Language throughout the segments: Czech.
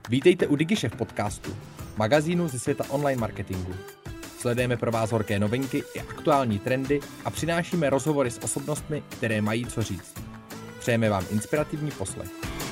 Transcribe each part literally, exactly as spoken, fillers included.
Vítejte u DigiShef podcastu, magazínu ze světa online marketingu. Sledujeme pro vás horké novinky i aktuální trendy a přinášíme rozhovory s osobnostmi, které mají co říct. Přejeme vám inspirativní poslech.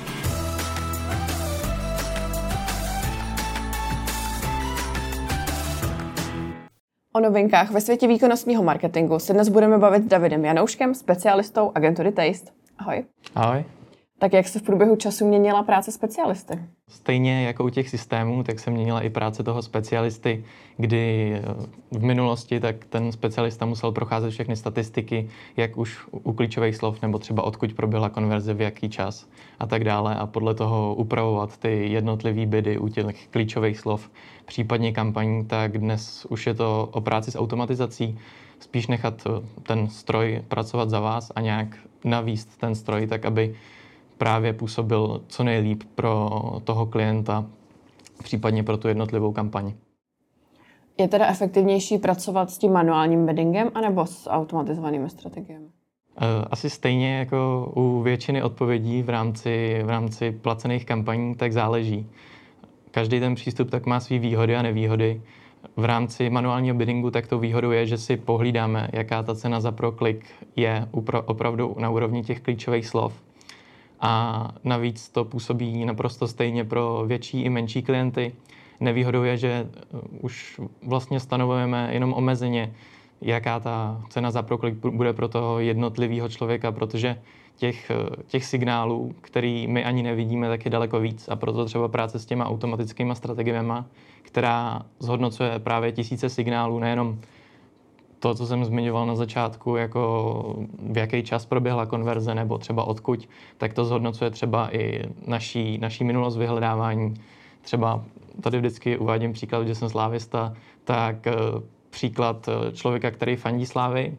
O novinkách ve světě výkonnostního marketingu se dnes budeme bavit s Davidem Janouškem, specialistou agentury Taste. Ahoj. Ahoj. Tak jak se v průběhu času měnila práce specialisty? Stejně jako u těch systémů, tak se měnila i práce toho specialisty, kdy v minulosti tak ten specialista musel procházet všechny statistiky, jak už u klíčových slov, nebo třeba odkud proběhla konverze, v jaký čas a tak dále, a podle toho upravovat ty jednotlivé bidy u těch klíčových slov, případně kampaní. Tak dnes už je to o práci s automatizací, spíš nechat ten stroj pracovat za vás a nějak navíst ten stroj tak, aby právě působil co nejlíp pro toho klienta, případně pro tu jednotlivou kampaň. Je teda efektivnější pracovat s tím manuálním biddingem anebo s automatizovanými strategiemi? Asi stejně jako u většiny odpovědí v rámci, v rámci placených kampaní, tak záleží. Každý ten přístup tak má svý výhody a nevýhody. V rámci manuálního biddingu tak to výhodou je, že si pohlídáme, jaká ta cena za pro klik je opravdu na úrovni těch klíčových slov. A navíc to působí naprosto stejně pro větší i menší klienty. Nevýhodou je, že už vlastně stanovujeme jenom omezeně, jaká ta cena za proklik bude pro toho jednotlivého člověka, protože těch, těch signálů, který my ani nevidíme, tak je daleko víc. A proto třeba práce s těma automatickými strategiemi, která zhodnocuje právě tisíce signálů, nejenom to, co jsem zmiňoval na začátku, jako v jaký čas proběhla konverze nebo třeba odkud, tak to zhodnocuje třeba i naší, naší minulost vyhledávání. Třeba tady vždycky uvádím příklad, že jsem slávista, tak příklad člověka, který fandí Slávy,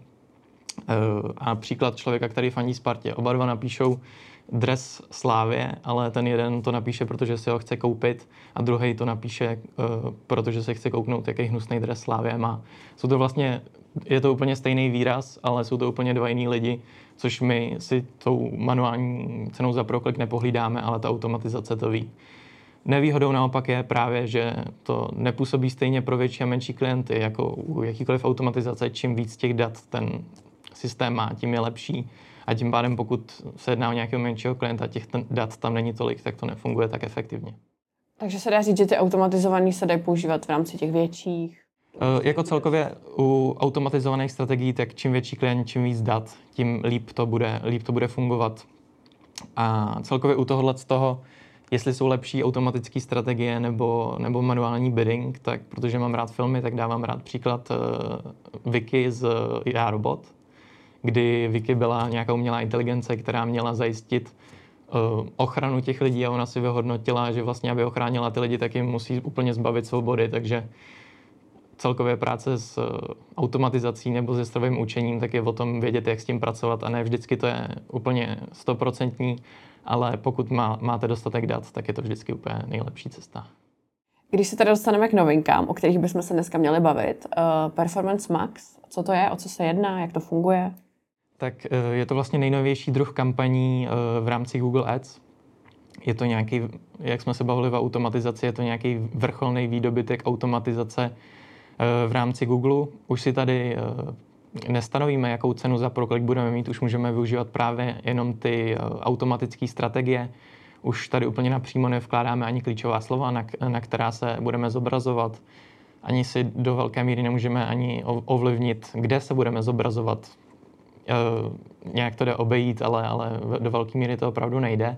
a příklad člověka, který fandí Spartě. Oba dva napíšou dres Slávě, ale ten jeden to napíše, protože si ho chce koupit, a druhý to napíše, protože se chce kouknout, jaký hnusný dres Slávě má. Jsou to vlastně, je to úplně stejný výraz, ale jsou to úplně dva jiný lidi, což my si tou manuální cenou za proklik nepohlídáme, ale ta automatizace to ví. Nevýhodou naopak je právě, že to nepůsobí stejně pro větší a menší klienty, jako u jakýkoliv automatizace. Čím víc těch dat ten systém má, tím je lepší. A tím pádem, pokud se jedná o nějakého menšího klienta, těch dat tam není tolik, tak to nefunguje tak efektivně. Takže se dá říct, že ty automatizovaný se dají používat v rámci těch větších? E, jako celkově u automatizovaných strategií, tak čím větší klient, čím víc dat, tím líp to bude, líp to bude fungovat. A celkově u tohohle z toho, jestli jsou lepší automatické strategie nebo, nebo manuální bidding, tak protože mám rád filmy, tak dávám rád příklad uh, Wiki z Já, robot, kdy Wiki byla nějaká umělá inteligence, která měla zajistit uh, ochranu těch lidí, a ona si vyhodnotila, že vlastně, aby ochránila ty lidi, tak jim musí úplně zbavit svobody, takže celkově práce s uh, automatizací nebo se strojovým učením, tak je o tom vědět, jak s tím pracovat, a ne vždycky to je úplně stoprocentní, ale pokud má, máte dostatek dat, tak je to vždycky úplně nejlepší cesta. Když se teda dostaneme k novinkám, o kterých bychom se dneska měli bavit, uh, Performance Max, co to je, o co se jedná, jak to funguje? Tak uh, je to vlastně nejnovější druh kampaní uh, v rámci Google Ads. Je to nějaký, jak jsme se bavili v automatizaci, je to nějaký vrcholný výdobytek automatizace uh, v rámci Google. Už si tady uh, nestanovíme, jakou cenu za proklik budeme mít, už můžeme využívat právě jenom ty automatické strategie. Už tady úplně napřímo nevkládáme ani klíčová slova, na, na která se budeme zobrazovat. Ani si do velké míry nemůžeme ani ovlivnit, kde se budeme zobrazovat. E, nějak to jde obejít, ale, ale do velké míry to opravdu nejde.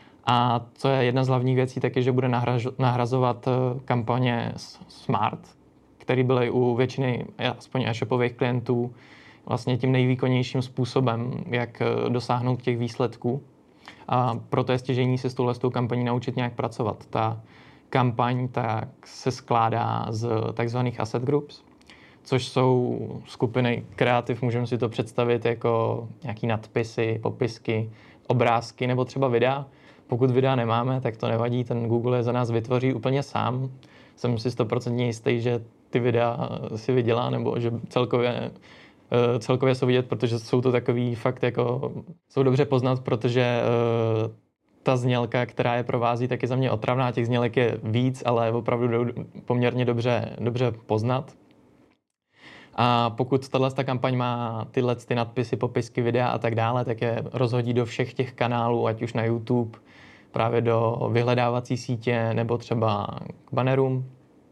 A co je jedna z hlavních věcí, tak je, že bude nahraž, nahrazovat kampaně Smart, které byly u většiny, aspoň e-shopových klientů, vlastně tím nejvýkonnějším způsobem, jak dosáhnout těch výsledků. A proto je stěžejní se s touhletou kampaní naučit nějak pracovat. Ta kampaň tak se skládá z takzvaných asset groups, což jsou skupiny kreativ, můžeme si to představit jako nějaký nadpisy, popisky, obrázky nebo třeba videa. Pokud videa nemáme, tak to nevadí, ten Google je za nás vytvoří úplně sám. Jsem si stoprocentně jistý, že ty videa si vydělá, nebo že celkově, celkově jsou vidět, protože jsou to takový fakt jako, jsou dobře poznat, protože ta znělka, která je provází, tak je za mě otravná. Těch znělek je víc, ale opravdu jdou poměrně dobře, dobře poznat. A pokud tato kampaň má tyhle ty nadpisy, popisky, videa a tak dále, tak je rozhodí do všech těch kanálů, ať už na YouTube, právě do vyhledávací sítě nebo třeba k bannerům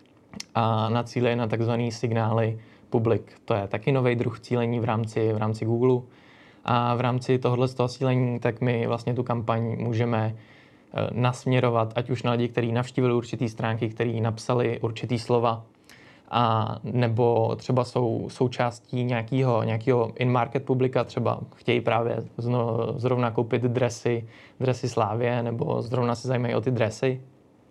a nacílí na takzvané signály public. To je taky nový druh cílení v rámci, v rámci Google. A v rámci tohohle z toho cílení, tak my vlastně tu kampaň můžeme nasměrovat, ať už na lidi, kteří navštívili určitý stránky, kteří napsali určitý slova, a nebo třeba jsou součástí nějakého, nějakého in-market publika, třeba chtějí právě zrovna koupit dresy, dresy Slávie, nebo zrovna se zajímají o ty dresy.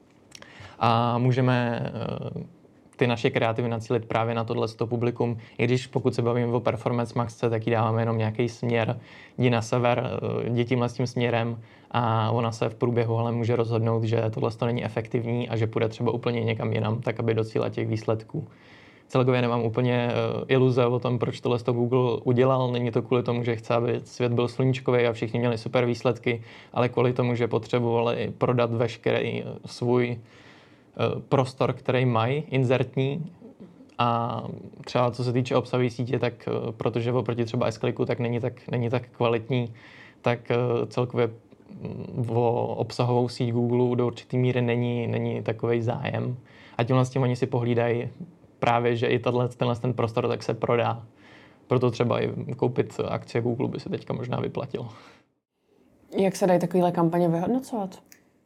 A můžeme ty naše kreativy nacílit právě na tohle publikum, i když pokud se bavíme o performance maxce, tak jí dáváme jenom nějaký směr, jdi na sever, jdi tímhle s tím směrem a ona se v průběhu ale může rozhodnout, že tohle to není efektivní a že půjde třeba úplně někam jinam, tak aby docílila těch výsledků. Celkově nemám úplně iluze o tom, proč tohle to Google udělal. Není to kvůli tomu, že chce, aby svět byl sluníčkový a všichni měli super výsledky, ale kvůli tomu, že potřebovali prodat veškerý svůj prostor, který mají, inzertní, a třeba co se týče obsahové sítě, tak protože oproti třeba S-Clicku tak není tak, není tak kvalitní, tak celkově o obsahovou síť Google do určitý míry není, není takovej zájem. A tímhle s tím oni si pohlídají právě, že i tato, tenhle ten prostor tak se prodá. Proto třeba i koupit akcie Google by se teďka možná vyplatilo. Jak se dají takovéhle kampaně vyhodnocovat?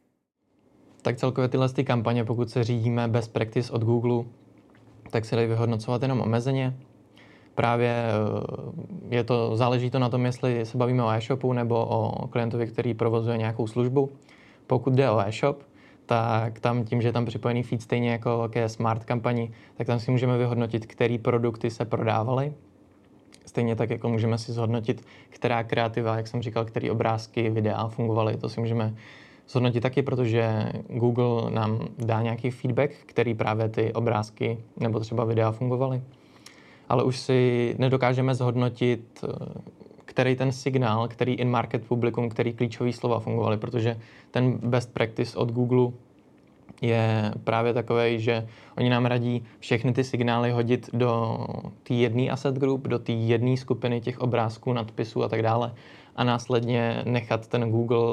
Tak celkově tyhle ty kampaně, pokud se řídíme best practice od Google, tak se dají vyhodnocovat jenom omezeně. Právě je to, záleží to na tom, jestli se bavíme o e-shopu nebo o klientovi, který provozuje nějakou službu. Pokud jde o e-shop, tak tam tím, že je tam připojený feed stejně jako ke smart kampani, tak tam si můžeme vyhodnotit, který produkty se prodávaly. Stejně tak, jako můžeme si zhodnotit, která kreativa, jak jsem říkal, který obrázky, videa fungovaly. To si můžeme zhodnotit taky, protože Google nám dá nějaký feedback, který právě ty obrázky nebo třeba videa fungovaly. Ale už si nedokážeme zhodnotit, který ten signál, který in-market publikum, který klíčový slova fungovaly, protože ten best practice od Google je právě takový, že oni nám radí všechny ty signály hodit do té jedné asset group, do té jedné skupiny těch obrázků, nadpisů a tak dále a následně nechat ten Google,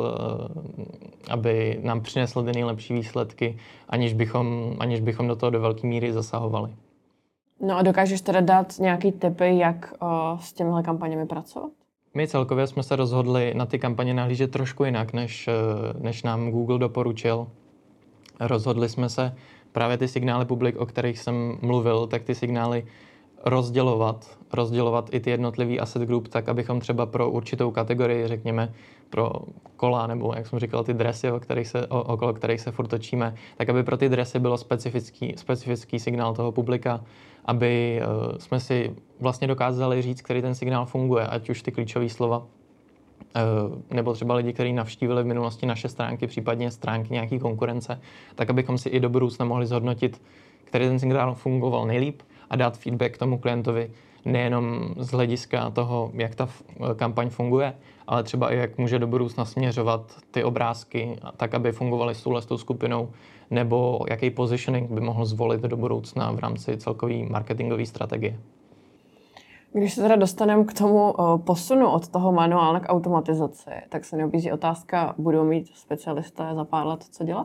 aby nám přinesl ty nejlepší výsledky, aniž bychom, aniž bychom do toho do velké míry zasahovali. No a dokážeš teda dát nějaký tipy, jak o, s těmihle kampaněmi pracovat? My celkově jsme se rozhodli na ty kampaně nahlížet trošku jinak, než, než nám Google doporučil. Rozhodli jsme se právě ty signály publik, o kterých jsem mluvil, tak ty signály rozdělovat, rozdělovat i ty jednotlivý asset group, tak abychom třeba pro určitou kategorii, řekněme pro kola, nebo jak jsem říkal, ty dresy, o kterých se, o, okolo kterých se furt točíme, tak aby pro ty dresy bylo specifický, specifický signál toho publika, aby uh, jsme si vlastně dokázali říct, který ten signál funguje, ať už ty klíčové slova, uh, nebo třeba lidi, kteří navštívili v minulosti naše stránky, případně stránky nějaký konkurence, tak abychom si i do budoucna mohli zhodnotit, který ten signál fungoval nejlíp a dát feedback tomu klientovi nejenom z hlediska toho, jak ta kampaň funguje, ale třeba i jak může do budoucna směřovat ty obrázky tak, aby fungovaly s touhle skupinou, nebo jaký positioning by mohl zvolit do budoucna v rámci celkové marketingové strategie. Když se teda dostaneme k tomu posunu od toho manuálna k automatizaci, tak se neobjíždí otázka, budou mít specialisté za pár let co dělat?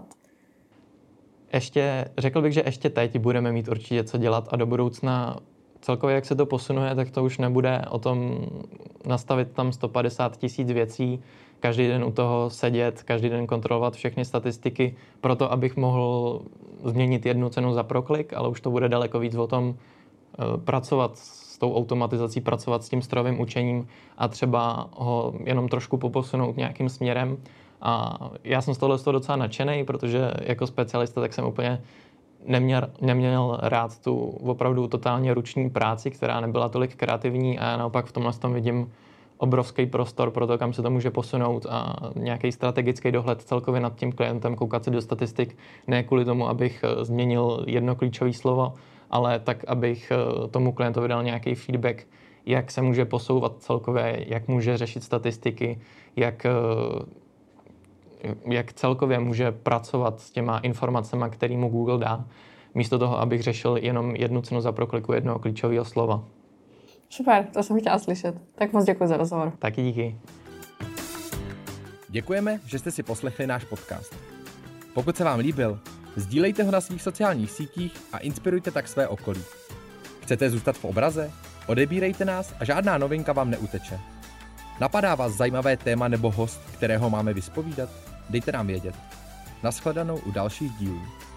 Ještě, řekl bych, že ještě teď budeme mít určitě co dělat a do budoucna celkově, jak se to posunuje, tak to už nebude o tom nastavit tam sto padesát tisíc věcí, každý den u toho sedět, každý den kontrolovat všechny statistiky, proto abych mohl změnit jednu cenu za proklik, ale už to bude daleko víc o tom pracovat s tou automatizací, pracovat s tím strojovým učením a třeba ho jenom trošku poposunout nějakým směrem. A já jsem z tohle z toho docela nadšený, protože jako specialista tak jsem úplně neměl, neměl rád tu opravdu totálně ruční práci, která nebyla tolik kreativní a já naopak v tomhle tom vidím obrovský prostor pro to, kam se to může posunout a nějaký strategický dohled celkově nad tím klientem, koukat si do statistik, ne kvůli tomu, abych změnil jedno klíčové slovo, ale tak, abych tomu klientovi dal nějaký feedback, jak se může posouvat celkově, jak může řešit statistiky, jak jak celkově může pracovat s těma informacemi, který mu Google dá, místo toho, abych řešil jenom jednu cenu za prokliku jednoho klíčového slova. Super, to jsem chtěla slyšet. Tak moc děkuji za rozhovor. Taky díky. Děkujeme, že jste si poslechli náš podcast. Pokud se vám líbil, sdílejte ho na svých sociálních sítích a inspirujte tak své okolí. Chcete zůstat v obraze? Odebírejte nás a žádná novinka vám neuteče. Napadá vás zajímavé téma nebo host, kterého máme vyspovídat? Dejte nám vědět. Nashledanou u dalších dílů.